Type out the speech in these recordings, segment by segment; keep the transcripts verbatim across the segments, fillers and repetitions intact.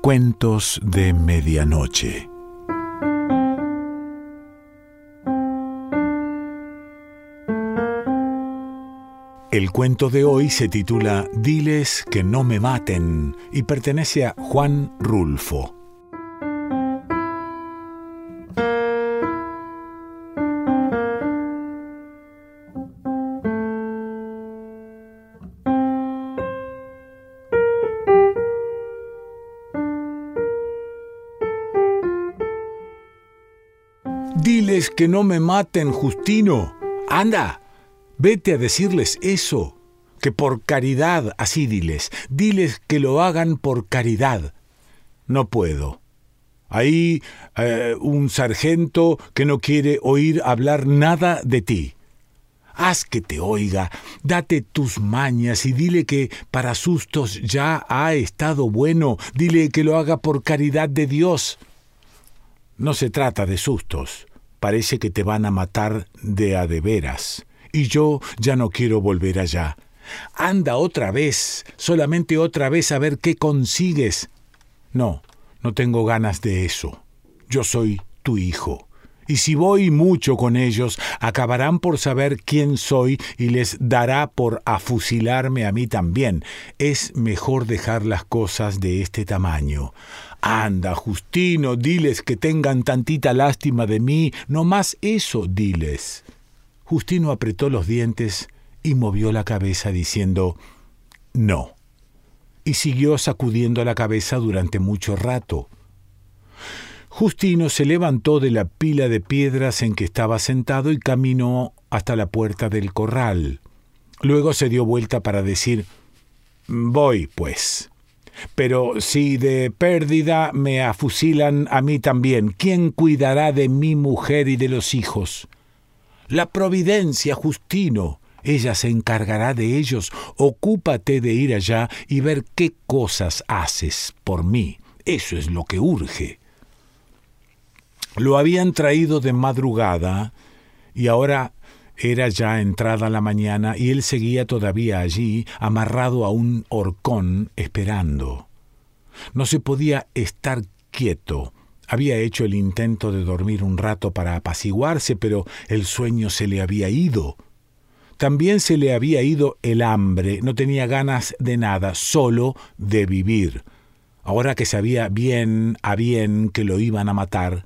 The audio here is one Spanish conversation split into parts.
Cuentos de Medianoche. El cuento de hoy se titula Diles que no me maten y pertenece a Juan Rulfo. Diles que no me maten, Justino. Anda, vete a decirles eso, que por caridad, así diles, diles que lo hagan por caridad. No puedo. Hay eh, un sargento que no quiere oír hablar nada de ti. Haz que te oiga, date tus mañas y dile que para sustos ya ha estado bueno, dile que lo haga por caridad de Dios. No se trata de sustos. Parece que te van a matar de a de veras, y yo ya no quiero volver allá. Anda otra vez, solamente otra vez a ver qué consigues. No, no tengo ganas de eso. Yo soy tu hijo, y si voy mucho con ellos, acabarán por saber quién soy y les dará por afusilarme a mí también. Es mejor dejar las cosas de este tamaño. Anda, Justino, diles que tengan tantita lástima de mí, no más eso, diles. Justino apretó los dientes y movió la cabeza diciendo, no, y siguió sacudiendo la cabeza durante mucho rato. Justino se levantó de la pila de piedras en que estaba sentado y caminó hasta la puerta del corral. Luego se dio vuelta para decir, voy, pues. Pero si de pérdida me afusilan a mí también, ¿quién cuidará de mi mujer y de los hijos? La providencia, Justino. Ella se encargará de ellos. Ocúpate de ir allá y ver qué cosas haces por mí. Eso es lo que urge. Lo habían traído de madrugada y ahora era ya entrada la mañana y él seguía todavía allí, amarrado a un horcón, esperando. No se podía estar quieto. Había hecho el intento de dormir un rato para apaciguarse, pero el sueño se le había ido. También se le había ido el hambre. No tenía ganas de nada, solo de vivir. Ahora que sabía bien a bien que lo iban a matar,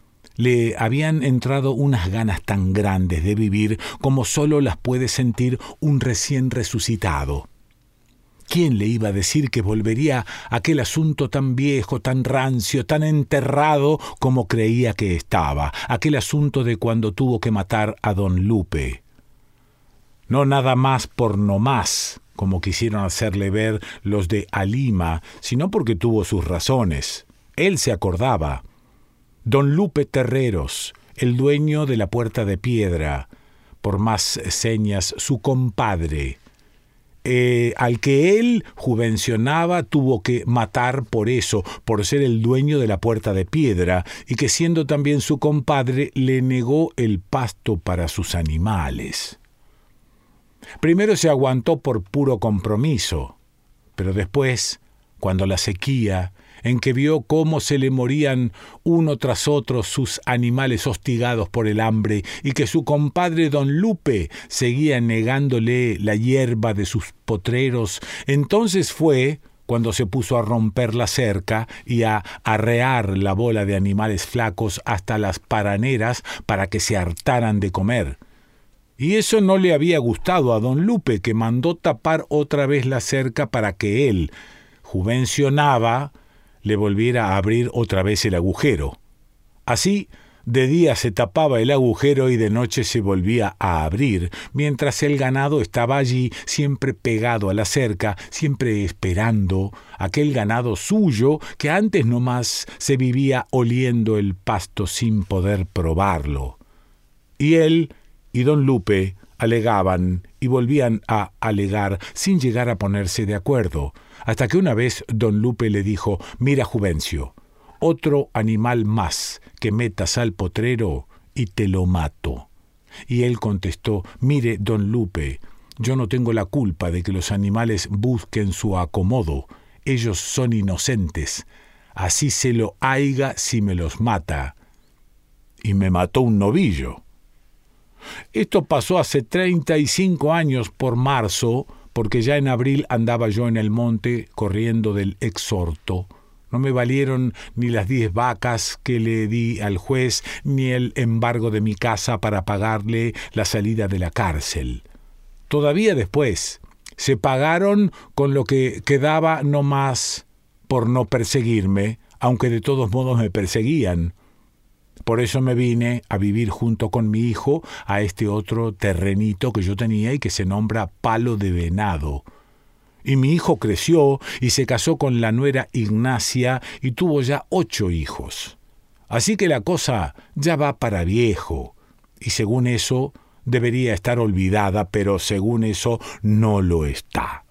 le habían entrado unas ganas tan grandes de vivir como solo las puede sentir un recién resucitado. ¿Quién le iba a decir que volvería a aquel asunto tan viejo, tan rancio, tan enterrado como creía que estaba, aquel asunto de cuando tuvo que matar a don Lupe? No nada más por no más, como quisieron hacerle ver los de Alima, sino porque tuvo sus razones. Él se acordaba. Don Lupe Terreros, el dueño de la Puerta de Piedra, por más señas, su compadre, eh, al que él juvencionaba, tuvo que matar por eso, por ser el dueño de la Puerta de Piedra, y que siendo también su compadre, le negó el pasto para sus animales. Primero se aguantó por puro compromiso, pero después, cuando la sequía, en que vio cómo se le morían uno tras otro sus animales hostigados por el hambre y que su compadre don Lupe seguía negándole la hierba de sus potreros, entonces fue cuando se puso a romper la cerca y a arrear la bola de animales flacos hasta las paraneras para que se hartaran de comer. Y eso no le había gustado a don Lupe, que mandó tapar otra vez la cerca para que él, juvencionaba, le volviera a abrir otra vez el agujero. Así, de día se tapaba el agujero y de noche se volvía a abrir, mientras el ganado estaba allí, siempre pegado a la cerca, siempre esperando aquel ganado suyo que antes nomás se vivía oliendo el pasto sin poder probarlo. Y él y don Lupe alegaban y volvían a alegar sin llegar a ponerse de acuerdo, hasta que una vez don Lupe le dijo, «Mira, Juvencio, otro animal más que metas al potrero y te lo mato». Y él contestó, «Mire, don Lupe, yo no tengo la culpa de que los animales busquen su acomodo. Ellos son inocentes. así se lo haiga si me los mata. Y me mató un novillo. Esto pasó hace treinta y cinco años por marzo, porque ya en abril andaba yo en el monte corriendo del exhorto. No me valieron ni las diez vacas que le di al juez, ni el embargo de mi casa para pagarle la salida de la cárcel. Todavía después se pagaron con lo que quedaba no más por no perseguirme, aunque de todos modos me perseguían. Por eso me vine a vivir junto con mi hijo a este otro terrenito que yo tenía y que se nombra Palo de Venado. Y mi hijo creció y se casó con la nuera Ignacia y tuvo ya ocho hijos. Así que la cosa ya va para viejo, y según eso debería estar olvidada, pero según eso no lo está.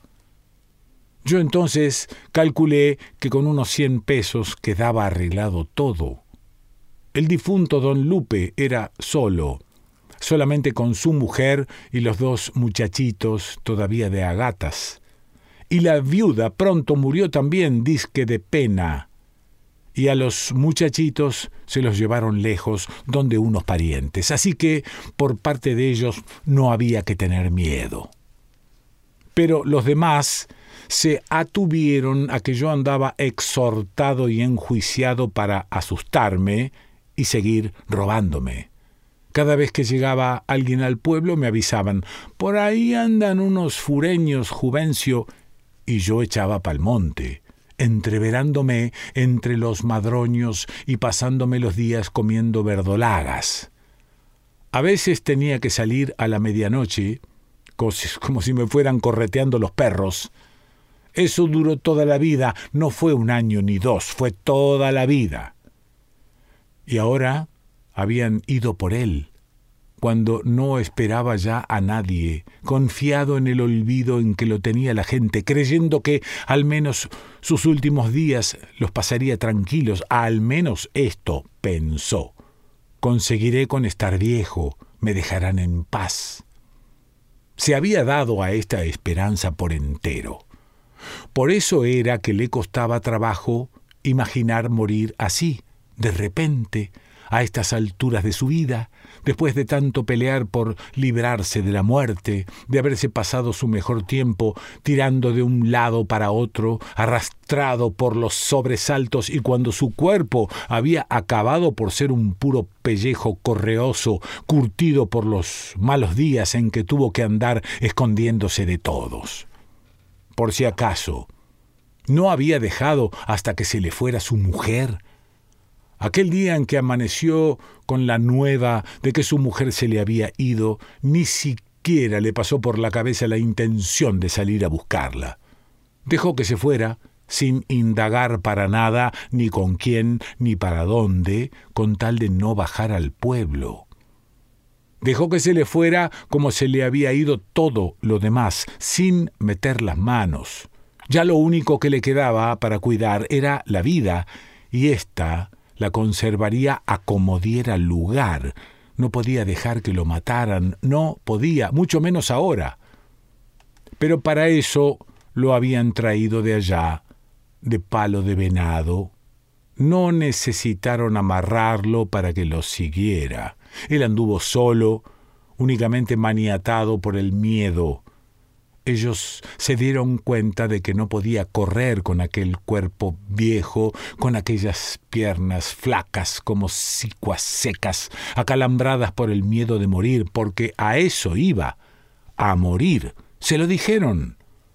Yo entonces calculé que con unos cien pesos quedaba arreglado todo. El difunto don Lupe era solo, solamente con su mujer y los dos muchachitos todavía de agatas. Y la viuda pronto murió también, dizque de pena. Y a los muchachitos se los llevaron lejos, donde unos parientes. Así que por parte de ellos no había que tener miedo. Pero los demás se atuvieron a que yo andaba exhortado y enjuiciado para asustarme y seguir robándome. Cada vez que llegaba alguien al pueblo me avisaban: «Por ahí andan unos fureños, Juvencio», y yo echaba pa'l monte, entreverándome entre los madroños y pasándome los días comiendo verdolagas. A veces tenía que salir a la medianoche, como si me fueran correteando los perros. Eso duró toda la vida, no fue un año ni dos, fue toda la vida. Y ahora habían ido por él, cuando no esperaba ya a nadie, confiado en el olvido en que lo tenía la gente, creyendo que al menos sus últimos días los pasaría tranquilos. Al menos esto pensó. Conseguiré con estar viejo, me dejarán en paz. Se había dado a esta esperanza por entero. Por eso era que le costaba trabajo imaginar morir así, de repente, a estas alturas de su vida, después de tanto pelear por librarse de la muerte, de haberse pasado su mejor tiempo tirando de un lado para otro, arrastrado por los sobresaltos, y cuando su cuerpo había acabado por ser un puro pellejo correoso, curtido por los malos días en que tuvo que andar escondiéndose de todos. Por si acaso, ¿no había dejado hasta que se le fuera su mujer? Aquel día en que amaneció con la nueva de que su mujer se le había ido, ni siquiera le pasó por la cabeza la intención de salir a buscarla. Dejó que se fuera, sin indagar para nada, ni con quién, ni para dónde, con tal de no bajar al pueblo. Dejó que se le fuera como se le había ido todo lo demás, sin meter las manos. Ya lo único que le quedaba para cuidar era la vida, y ésta la conservaría a como diera lugar. No podía dejar que lo mataran, no podía, mucho menos ahora. Pero para eso lo habían traído de allá, de Palo de Venado. No necesitaron amarrarlo para que lo siguiera. Él anduvo solo, únicamente maniatado por el miedo. Ellos se dieron cuenta de que no podía correr con aquel cuerpo viejo, con aquellas piernas flacas como sicuas secas, acalambradas por el miedo de morir, porque a eso iba, a morir. Se lo dijeron.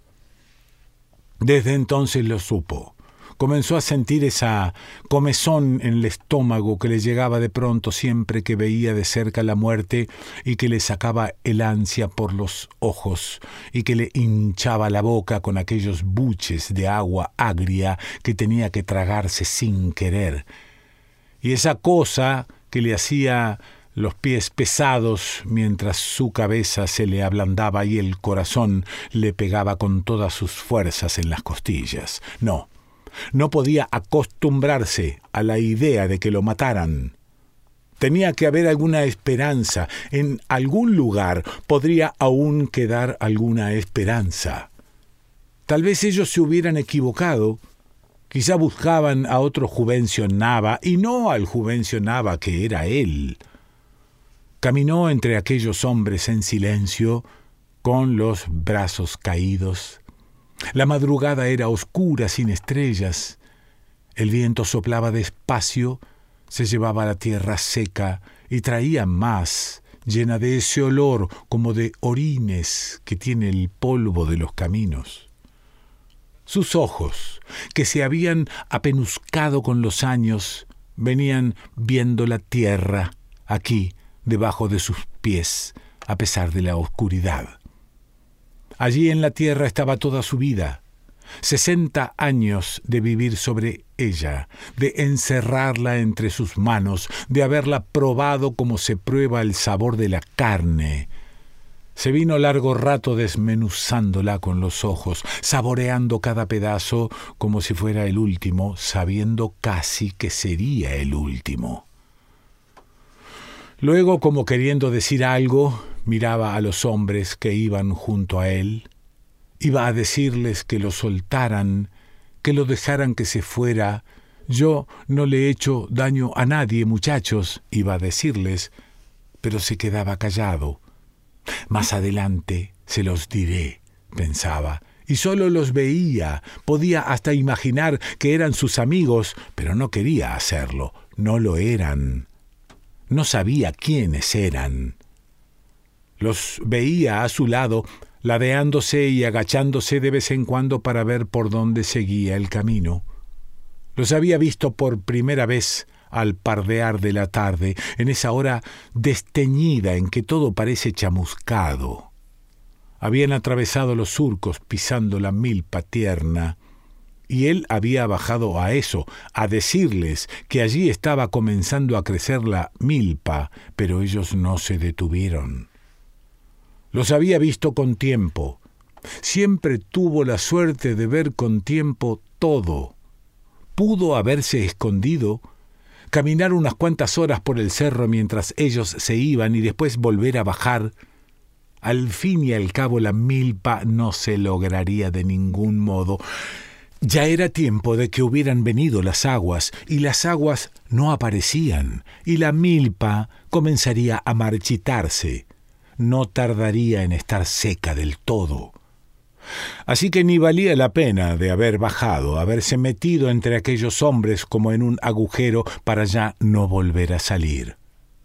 Desde entonces lo supo. Comenzó a sentir esa comezón en el estómago que le llegaba de pronto siempre que veía de cerca la muerte, y que le sacaba el ansia por los ojos y que le hinchaba la boca con aquellos buches de agua agria que tenía que tragarse sin querer. Y esa cosa que le hacía los pies pesados mientras su cabeza se le ablandaba y el corazón le pegaba con todas sus fuerzas en las costillas. No. No podía acostumbrarse a la idea de que lo mataran. Tenía que haber alguna esperanza. En algún lugar podría aún quedar alguna esperanza. Tal vez ellos se hubieran equivocado. Quizá buscaban a otro Juvencio Nava, y no al Juvencio Nava que era él. Caminó entre aquellos hombres en silencio, con los brazos caídos. La madrugada era oscura, sin estrellas. El viento soplaba despacio, se llevaba la tierra seca y traía más, llena de ese olor como de orines que tiene el polvo de los caminos. Sus ojos, que se habían apenuscado con los años, venían viendo la tierra aquí, debajo de sus pies, a pesar de la oscuridad. Allí en la tierra estaba toda su vida, sesenta años de vivir sobre ella, de encerrarla entre sus manos, de haberla probado como se prueba el sabor de la carne. Se vino largo rato desmenuzándola con los ojos, saboreando cada pedazo como si fuera el último, sabiendo casi que sería el último. Luego, como queriendo decir algo, miraba a los hombres que iban junto a él. Iba a decirles que lo soltaran, que lo dejaran que se fuera. Yo no le he hecho daño a nadie, muchachos, iba a decirles, pero se quedaba callado. Más adelante se los diré, pensaba, y solo los veía, podía hasta imaginar que eran sus amigos, pero no quería hacerlo, no lo eran. No sabía quiénes eran. Los veía a su lado, ladeándose y agachándose de vez en cuando para ver por dónde seguía el camino. Los había visto por primera vez al pardear de la tarde, en esa hora desteñida en que todo parece chamuscado. Habían atravesado los surcos pisando la milpa tierna, y él había bajado a eso, a decirles que allí estaba comenzando a crecer la milpa, pero ellos no se detuvieron. Los había visto con tiempo. Siempre tuvo la suerte de ver con tiempo todo. Pudo haberse escondido, caminar unas cuantas horas por el cerro mientras ellos se iban y después volver a bajar. Al fin y al cabo la milpa no se lograría de ningún modo. Ya era tiempo de que hubieran venido las aguas, y las aguas no aparecían, y la milpa comenzaría a marchitarse. No tardaría en estar seca del todo. Así que ni valía la pena de haber bajado, haberse metido entre aquellos hombres como en un agujero para ya no volver a salir.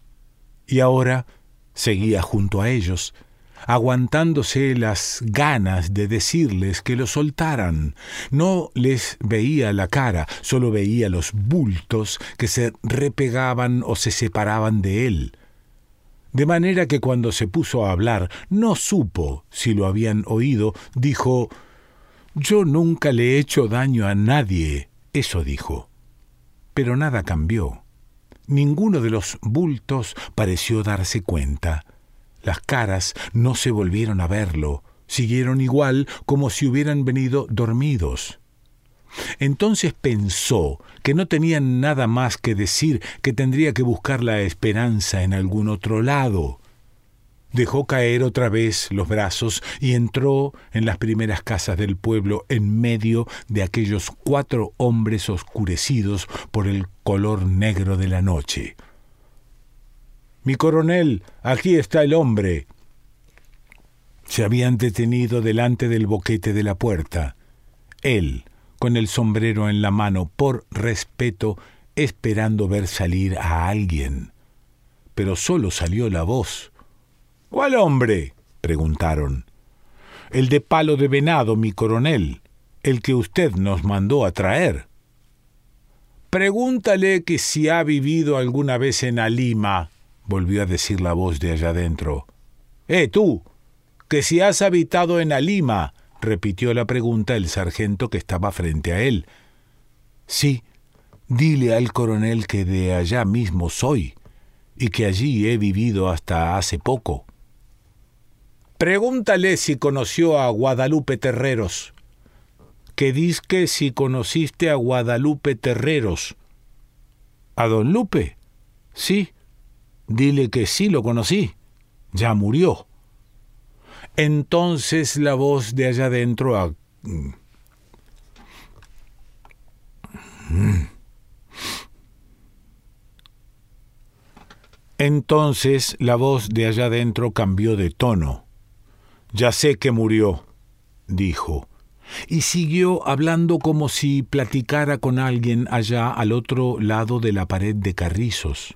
Y ahora seguía junto a ellos, aguantándose las ganas de decirles que lo soltaran. No les veía la cara, solo veía los bultos que se repegaban o se separaban de él. De manera que cuando se puso a hablar, no supo si lo habían oído, dijo: «Yo nunca le he hecho daño a nadie», eso dijo. Pero nada cambió. Ninguno de los bultos pareció darse cuenta. Las caras no se volvieron a verlo, siguieron igual como si hubieran venido dormidos. Entonces pensó que no tenían nada más que decir, que tendría que buscar la esperanza en algún otro lado. Dejó caer otra vez los brazos y entró en las primeras casas del pueblo en medio de aquellos cuatro hombres oscurecidos por el color negro de la noche. «Mi coronel, aquí está el hombre». Se habían detenido delante del boquete de la puerta. Él, con el sombrero en la mano, por respeto, esperando ver salir a alguien. Pero solo salió la voz. «¿Cuál hombre?», preguntaron. «El de palo de venado, mi coronel, el que usted nos mandó a traer». «Pregúntale que si ha vivido alguna vez en Alima», volvió a decir la voz de allá adentro. «Eh, tú, que si has habitado en Alima», repitió la pregunta el sargento que estaba frente a él. «Sí, dile al coronel que de allá mismo soy, y que allí he vivido hasta hace poco». «Pregúntale si conoció a Guadalupe Terreros». «Que dizque si conociste a Guadalupe Terreros». «¿A don Lupe?» «Sí». «Dile que sí lo conocí. Ya murió». Entonces la voz de allá adentro... A... Entonces la voz de allá adentro cambió de tono. «Ya sé que murió», dijo, y siguió hablando como si platicara con alguien allá al otro lado de la pared de carrizos.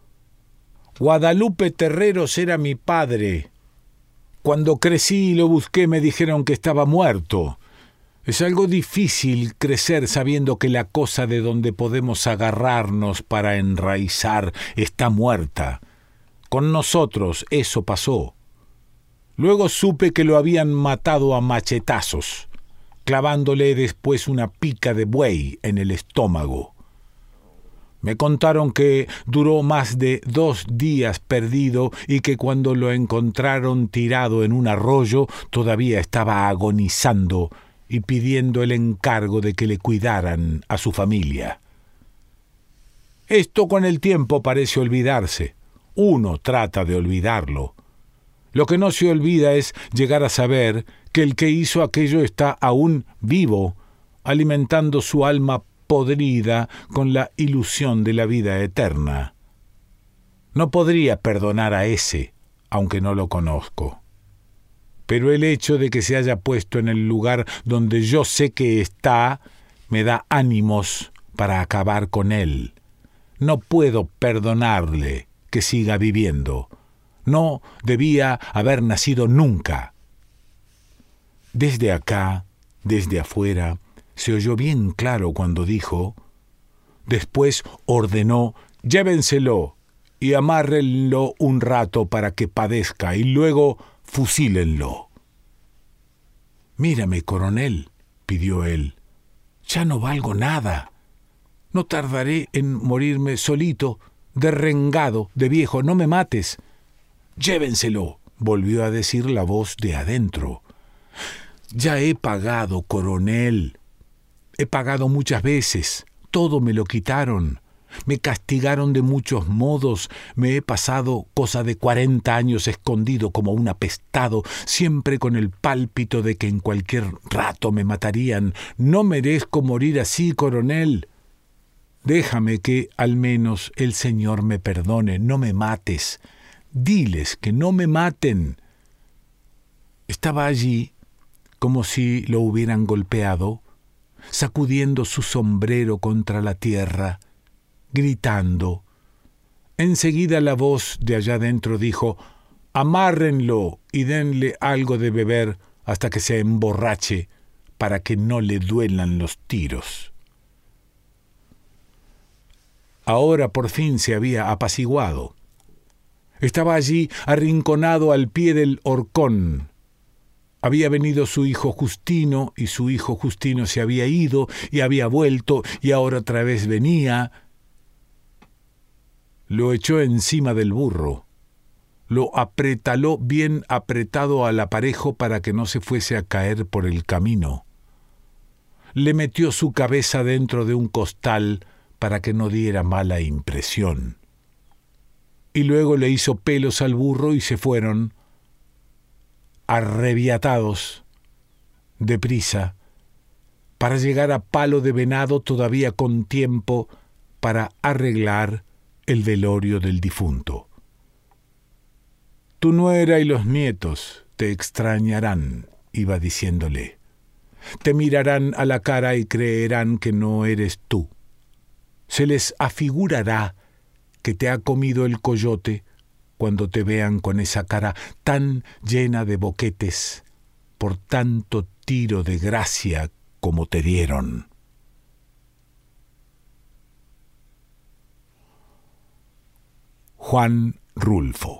«Guadalupe Terreros era mi padre. Cuando crecí y lo busqué me dijeron que estaba muerto. Es algo difícil crecer sabiendo que la cosa de donde podemos agarrarnos para enraizar está muerta. Con nosotros eso pasó. Luego supe que lo habían matado a machetazos, clavándole después una pica de buey en el estómago. Me contaron que duró más de dos días perdido y que cuando lo encontraron tirado en un arroyo todavía estaba agonizando y pidiendo el encargo de que le cuidaran a su familia. Esto con el tiempo parece olvidarse. Uno trata de olvidarlo. Lo que no se olvida es llegar a saber que el que hizo aquello está aún vivo, alimentando su alma podrida con la ilusión de la vida eterna. No podría perdonar a ese, aunque no lo conozco. Pero el hecho de que se haya puesto en el lugar donde yo sé que está, me da ánimos para acabar con él. No puedo perdonarle que siga viviendo. No debía haber nacido nunca. Desde acá, desde afuera, se oyó bien claro cuando dijo, después ordenó, llévenselo y amárrenlo un rato para que padezca y luego fusílenlo. Mírame, coronel, pidió él, ya no valgo nada. No tardaré en morirme solito, derrengado, de viejo, no me mates. Llévenselo, volvió a decir la voz de adentro. Ya he pagado, coronel. He pagado muchas veces. Todo me lo quitaron. Me castigaron de muchos modos. Me he pasado cosa de cuarenta años escondido como un apestado, siempre con el pálpito de que en cualquier rato me matarían. No merezco morir así, coronel. Déjame que al menos el Señor me perdone. No me mates. Diles que no me maten. Estaba allí como si lo hubieran golpeado, sacudiendo su sombrero contra la tierra, gritando. Enseguida la voz de allá dentro dijo, amárrenlo y denle algo de beber hasta que se emborrache para que no le duelan los tiros. Ahora por fin se había apaciguado. Estaba allí arrinconado al pie del horcón. Había venido su hijo Justino, y su hijo Justino se había ido, y había vuelto, y ahora otra vez venía. Lo echó encima del burro. Lo apretaló bien apretado al aparejo para que no se fuese a caer por el camino. Le metió su cabeza dentro de un costal para que no diera mala impresión. Y luego le hizo pelos al burro y se fueron, arrebiatados, deprisa, para llegar a Palo de Venado todavía con tiempo para arreglar el velorio del difunto. Tu nuera y los nietos te extrañarán, iba diciéndole. Te mirarán a la cara y creerán que no eres tú. Se les afigurará que te ha comido el coyote cuando te vean con esa cara tan llena de boquetes por tanto tiro de gracia como te dieron. Juan Rulfo.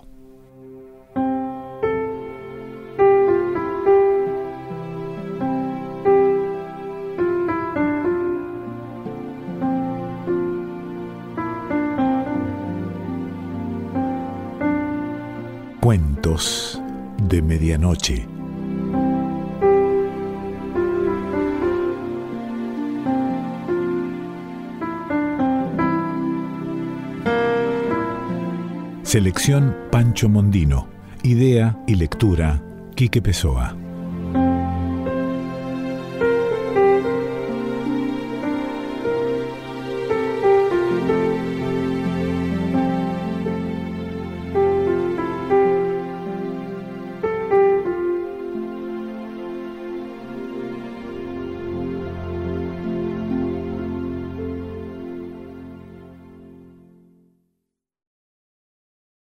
Cuentos de medianoche. Selección Pancho Mondino. Idea y lectura Quique Pessoa.